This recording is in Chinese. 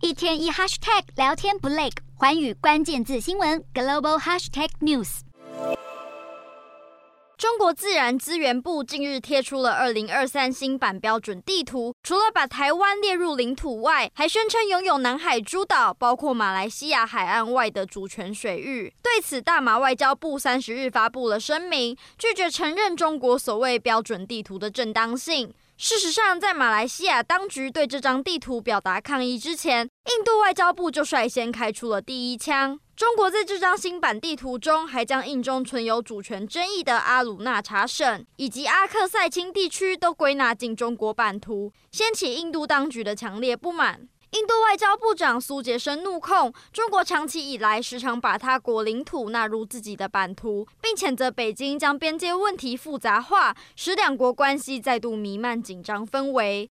一天一 hashtag 聊天不累，寰宇关键字新闻 global hashtag news。 中国自然资源部近日贴出了2023新版标准地图，除了把台湾列入领土外，还宣称拥有南海诸岛，包括马来西亚海岸外的主权水域。对此，大马外交部30日发布了声明，拒绝承认中国所谓标准地图的正当性。事实上，在马来西亚当局对这张地图表达抗议之前，印度外交部就率先开出了第一枪。中国在这张新版地图中，还将印中存有主权争议的阿鲁纳查省以及阿克塞钦地区都归纳进中国版图，掀起印度当局的强烈不满。印度外交部长苏杰生怒控中国长期以来时常把他国领土纳入自己的版图，并谴责北京将边界问题复杂化，使两国关系再度弥漫紧张氛围。